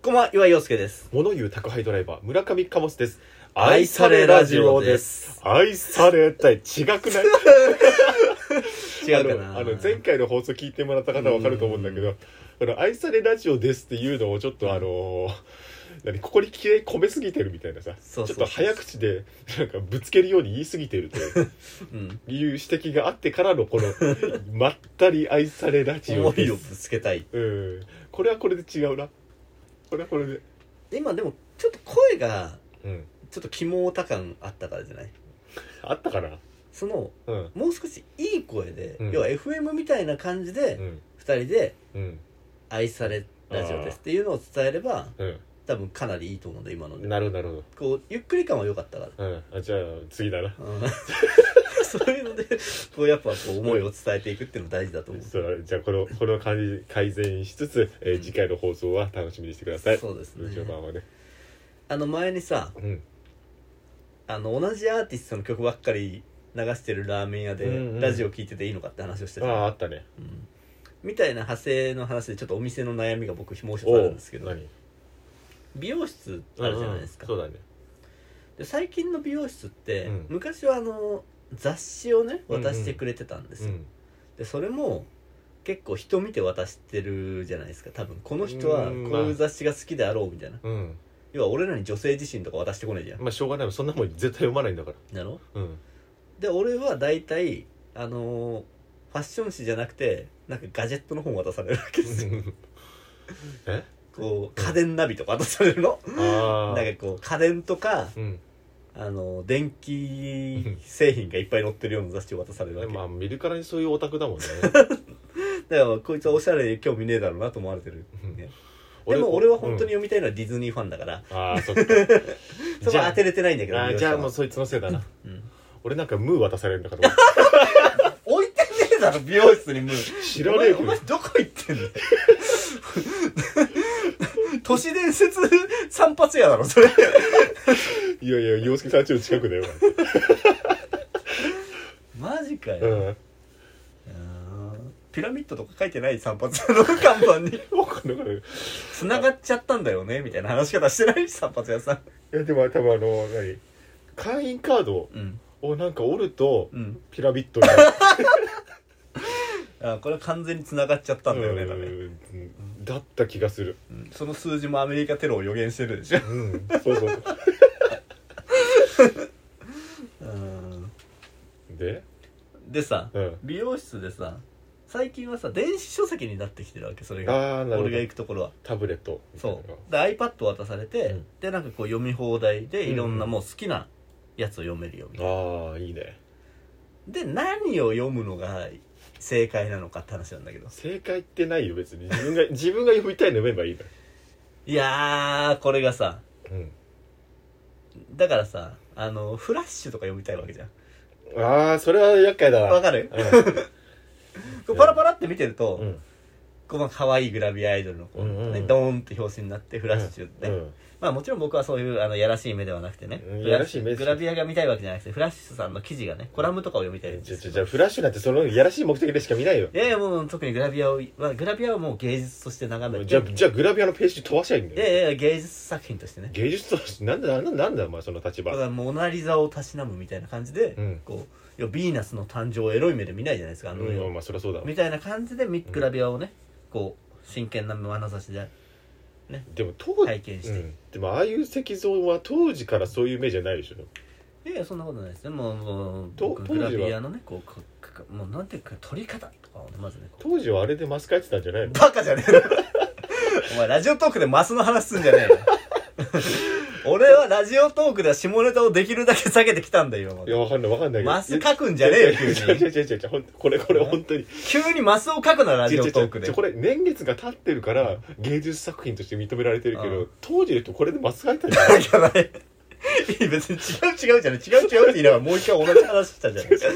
こんばんは、岩井陽介です。 物言う宅配ドライバー村上貨物です。 愛されラジオです。 愛されたい違くない違うかな。 前回の放送聞いてもらった方は分かると思うんだけど、愛されラジオですっていうのをちょっとここに気合い込めすぎてるみたいなさ、ちょっと早口でなんかぶつけるように言いすぎてるという、いう指摘があってからのこのまったり愛されラジオです。 思いをぶつけたい。 これはこれで違うな。これはこれで今でもちょっと声がちょっと肝オタ感あったからじゃない？ あったかな。 もう少しいい声で、要は FM みたいな感じで2人で愛されラジオですっていうのを伝えれば、多分かなりいいと思うんだ今ので。 なるほどなるほど。 こうゆっくり感は良かったから、 じゃあ次だな。 そういうのでこうやっぱこう思いを伝えていくっていうのも大事だと思う。 じゃあこの感じ改善しつつ、次回の放送は楽しみにしてください。 そうですね。 序盤はね、 前にさ、同じアーティストの曲ばっかり流してるラーメン屋でラジオ聞いてていいのかって話をしてた。 あったね、 みたいな派生の話でちょっとお店の悩みが僕もう一つあるんですけど、美容室あるじゃないですか。 そうだね。 で最近の美容室って、昔は雑誌をね渡してくれてたんですよ。でそれも結構人見て渡してるじゃないですか。多分この人はこういう雑誌が好きであろうみたいな、要は俺らに女性自身とか渡してこないじゃん。 まあしょうがない。そんなもん絶対読まないんだから。 なの？で俺は大体ファッション誌じゃなくてなんかガジェットの本渡されるわけですよ。こう家電ナビとか渡されるの。なんかこう家電とか、電気製品がいっぱい載ってるような雑誌を渡されるわけ。 まあ見るからにそういうオタクだもんね。 だからこいつはおしゃれで興味ねえだろうなと思われてる、でも俺は本当に読みたいのはディズニーファンだから、そっかそこは当てれてないんだけど。 じゃあもうそいつのせいだな。俺なんかムー渡されるんだから置いてねえだろ美容室にムー。 知らねえよ。 お前どこ行ってんの。都市伝説散髪屋だろそれ。 いやいや洋介さんちの近くだよ。 マジかよ。ピラミッドとか書いてない散髪屋の看板に繋がっちゃったんだよねみたいな話し方してない散髪屋さん。 いやでも多分会員カードをなんか折るとピラミッドにこれは完全に繋がっちゃったんだよねだった気がする。 その数字もアメリカテロを予言してるでしょ。 そうそうでさ、美容室でさ最近はさ電子書籍になってきてるわけ。それが俺が行くところはタブレット。 そうで iPad 渡されて、でなんかこう読み放題でいろんなもう好きなやつを読めるよみたいな。 いいね。で何を読むのが正解なのかって話なんだけど。 正解ってないよ別に。自分が読みたいの読めばいいの。 いやーこれがさ、だからさフラッシュとか読みたいわけじゃん。 それは厄介だな。 わかる？パラパラって見てると、この可愛いグラビアアイドルの子、ドーンって表紙になってフラッシュで、まあもちろん僕はそういうやらしい目ではなくてね、グラビアが見たいわけじゃなくてフラッシュさんの記事がねコラムとかを読みたいんです。 じゃあフラッシュなんてそのやらしい目的でしか見ないよ。 いやいやもう特にグラビアはもう芸術として眺めて。 じゃあグラビアのページ飛ばしゃいいんだよ。 いや芸術作品としてね。 芸術としてなんだお前その立場。 だからモナリザをたしなむみたいな感じで、こうヴィーナスの誕生をエロい目で見ないじゃないですか。 まあそりゃそうだみたいな感じでグラビアをねこう真剣な眼差しでね、 でも体験して、 でもああいう石像は当時からそういう目じゃないでしょ。 いやそんなことないですね。もうグラビアのねこうもうなんていうか撮り方とかをねまずね当時はあれでマスカやってたんじゃないの。 バカじゃねえのお前ラジオトークでマスの話すんじゃねえよ俺はラジオトークでは下ネタをできるだけ避けてきたんだよ。 いやわかんないけどマス書くんじゃねえよ急に。 これ本当に急にマスを書くなラジオトークで。 これ年月が経ってるから芸術作品として認められてるけど、当時で言うとこれでマス書いてるじゃない。別に違うじゃない。違うって言いながらもう一回同じ話したじゃないですか。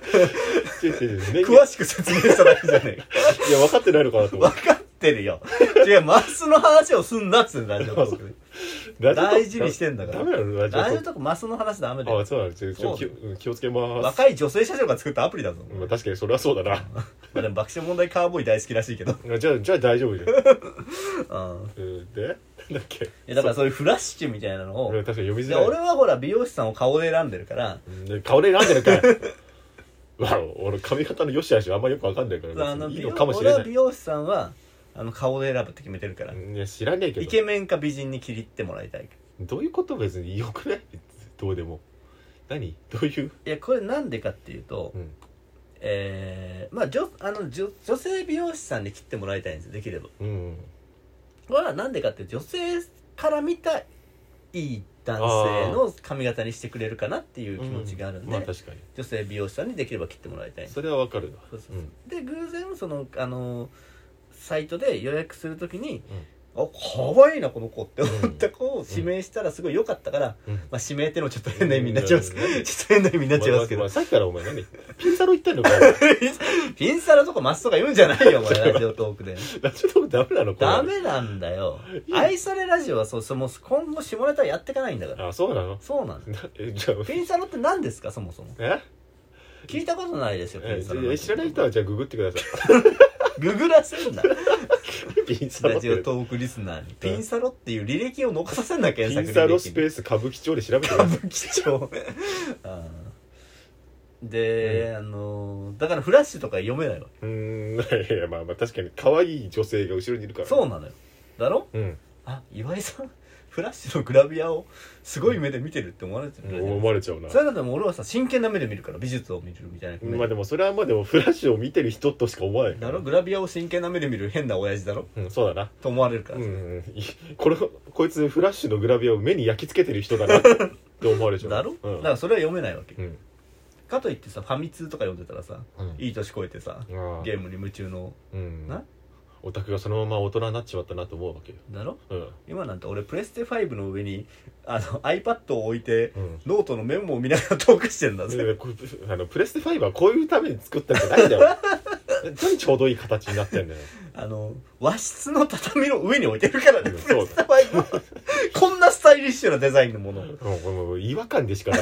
詳しく説明しただけじゃねえか。 いや分かってないのかなと思って。 分かってるよ。違うマスの話をすんなっつうんだラジオトークで。大事にしてんだから。 ダメなのラジオトーク。 ラジオトークマスの話ダメだよ。 そうなんですよ。気をつけます。 若い女性社長が作ったアプリだぞ。 確かにそれはそうだな。 まあでも爆笑問題カーボーイ大好きらしいけど。 じゃあ大丈夫じゃん。 だっけ。 いやだからそういうフラッシュみたいなのを確かに読みづらい。 俺はほら美容師さんを顔で選んでるから、 顔で選んでるかい俺髪型の良し悪しあんまよく分かんないからいいのかもしれない。 俺は美容師さんは顔で選ぶって決めてるから。 いや知らねえけどイケメンか美人に切りってもらいたい。 どういうこと？別によくない？どうでも。何？どういう？ いやこれなんでかっていうと、まあ女性美容師さんに切ってもらいたいんですよ、できれば。はなんでかって女性から見たいい男性の髪型にしてくれるかなっていう気持ちがあるんで、 まあ確かに女性美容師さんにできれば切ってもらいたい。 それはわかるな。 そうそうそう、で偶然そのサイトで予約するときに、可愛いなこの子って思った子を指名したらすごい良かったから、まあ指名ってのもちょっと変な意味になっちゃいますけど、ちょっと変な意味になっちゃいますけど、 さっきからお前何ピンサロ言ってんのかピンサロとかマスとか言うんじゃないよお前、ラジオトークで。 ラジオトークダメなの？ ダメなんだよ。愛されラジオはそも今後下ネタやっていかないんだから。 あ、そうなの？ そうなんだ。 じゃあピンサロって何ですかそもそも。聞いたことないですよピンサロ。 知らない人はじゃあググってください。 ググらせんな。 ピンサロラジオトークリスナーにピンサロっていう履歴を残させんな、検索ピンサロスペース歌舞伎町で調べてください。 歌舞伎町で、だからフラッシュとか読めないわけ。 いやまあ確かに可愛い女性が後ろにいるから、 そうなのよ。だろ、あ、岩井さんフラッシュのグラビアをすごい目で見てるって思われてる、 思われちゃうな。 それだってもう俺はさ真剣な目で見るから、美術を見るみたいな。 まあでもそれはまあでもフラッシュを見てる人としか思わないだろ。グラビアを真剣な目で見る変な親父だろ。 そうだなと思われるから、 こいつフラッシュのグラビアを目に焼き付けてる人だなって思われちゃうだろ、だからそれは読めないわけ、かといってさファミ通とか読んでたらさ、いい年越えてさゲームに夢中のなオタクがそのまま大人になっちまったなと思うわけよ。 だろ、今なんて俺プレステ5の上にiPad を置いて、ノートのメモを見ながらトークしてんだぜ。 プレステ5はこういうために作ったんじゃないんだよ。何ちょうどいい形になってんだよ。 和室の畳の上に置いてるからね、プレステ5は。こんなスタイリッシュなデザインのものもう違和感でしかない。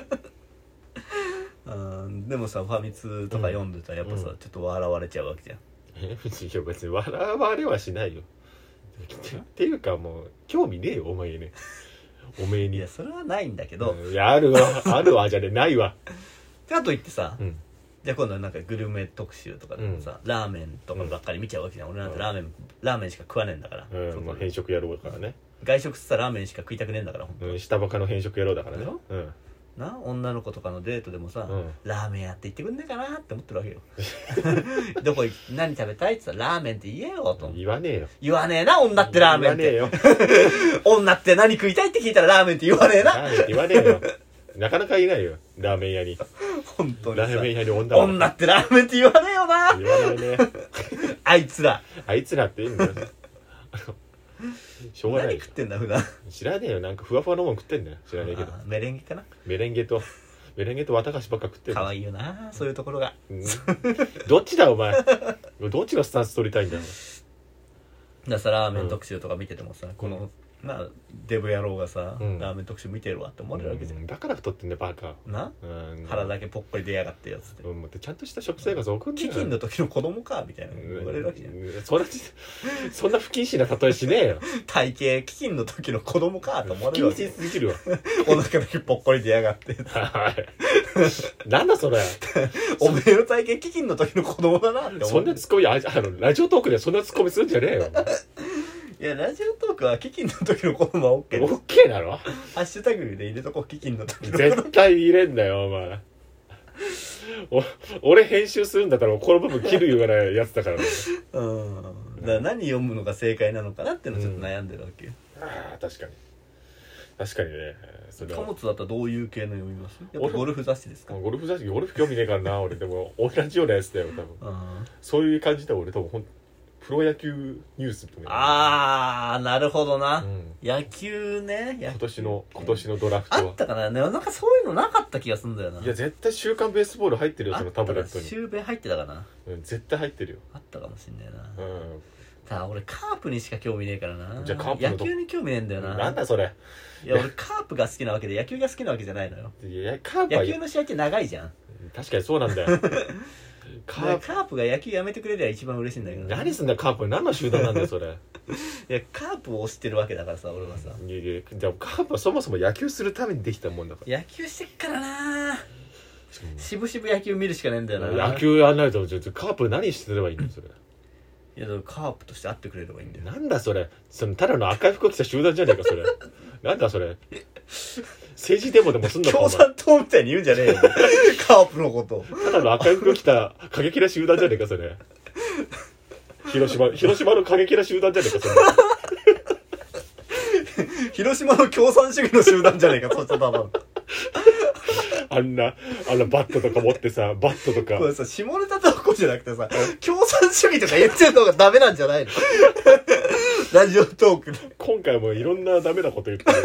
でもさファミ通とか読んでたらやっぱさ、ちょっと笑われちゃうわけじゃん。 別に笑われはしないよ。っていうかもう興味ねえよお前ね。おめえに。 いやそれはないんだけど、 いやあるわじゃねないわ。 かといってさ、じゃあ今度はなんかグルメ特集とかでもさ、ラーメンとかばっかり見ちゃうわけじゃん。俺なんてラーメンしか食わねえんだから。 偏食野郎だからね。 外食したらラーメンしか食いたくねえんだから。 下バカの偏食野郎だからね。 な、女の子とかのデートでもさ、ラーメン屋って言ってくんねえかなって思ってるわけよ。何食べたいって言ったらラーメンって言えよと。 言わねえよ。 言わねえな、女ってラーメンって。 言わねえよ。 女って何食いたいって聞いたらラーメンって言わねえな。 ラーメンって言わねえよ。なかなかいないよ、ラーメン屋に。 本当にラーメン屋に女ってラーメンって言わねえよな。 言わないね。 あいつらって言うんだよ。しょうがない。 何食ってんだ普段。 知らねえよ、なんかふわふわのもん食ってんだよ。知らねえけど。 メレンゲかな。 メレンゲと綿菓子ばっか食ってんだよ。 可愛いよなそういうところが。 どっちだお前。どっちがスタンス取りたいんだよ。 だからラーメン特集とか見ててもさ、このデブ野郎がさ、ラーメン特集見てるわって思われるわけじゃん。 だから太ってんねバカな、腹だけぽっこり出やがってやつで、 ちゃんとした食生活送んねえよ。 飢饉の時の子供かみたいな言われるわけじゃん。 そんな不謹慎な例えしねえよ。 体型飢饉の時の子供かと思われるわけ。 不謹慎すぎるわ。 お腹だけぽっこり出やがってなんだそれ。 おめえの体型飢饉の時の子供だなって思う。 そんなツッコミラジオトークでそんなツッコミするんじゃねえよ。 いやラジオトークは飢饉の時の子供は OK です。 OK なの？ ハッシュタグで入れとこう、飢饉の時の。 絶対入れんだよお前。俺編集するんだったらこの部分切るようなやつだからね。 だから何読むのが正解なのかなっていうのをちょっと悩んでるわけよ。 確かにね。 貨物だったらどういう系の読みます？やっぱゴルフ雑誌ですか？ ゴルフ興味ねえからな俺。でも同じようなやつだよ多分。そういう感じだ俺多分プロ野球ニュースとか。なるほどな、野球ね。 今年のドラフトはあったかな。なんかそういうのなかった気がするんだよな。 いや絶対週刊ベースボール入ってるよそのタブレットに。 週ベ入ってたかな。 絶対入ってるよ。 あったかもしんないな。ただ俺カープにしか興味ねえからな。 じゃあカープ野球に興味ねえんだよな。 なんだそれ。 いや俺カープが好きなわけで野球が好きなわけじゃないのよ。 いやカープは野球の試合って長いじゃん。 確かにそうなんだよ。 カープが野球やめてくれりゃ一番嬉しいんだけど、ね、 何すんだカープ、何の集団なんだよそれ。 いやカープを推してるわけだからさ俺はさ。 いやいや、でもカープはそもそも野球するためにできたもんだから。 野球してっからな。渋々野球見るしかねえんだよな。 野球やんないとカープ何してればいいんだよそれ。 いやだからカープとして会ってくれればいいんだよ。 なんだそれ、ただの赤い服着た集団じゃねえかそれ。なんだそれ、政治デモでもすんのか。 共産党みたいに言うんじゃねえよカープのこと。 ただの赤い服着た過激な集団じゃねえかそれ。広島の過激な集団じゃねえかそれ。 広島の共産主義の集団じゃねえかそっちのあんなバットとか持ってさ、バットとかこれさ下ネタとこじゃなくてさ共産主義とか言ってるのがダメなんじゃないのラジオトークで。 今回もいろんなダメなこと言ってる。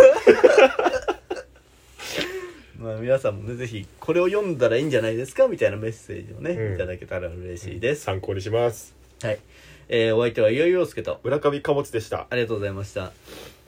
まあ皆さんもねぜひこれを読んだらいいんじゃないですかみたいなメッセージをね、いただけたら嬉しいです、 参考にします。 はい、お相手は伊予陽介と村上貨物でした。 ありがとうございました。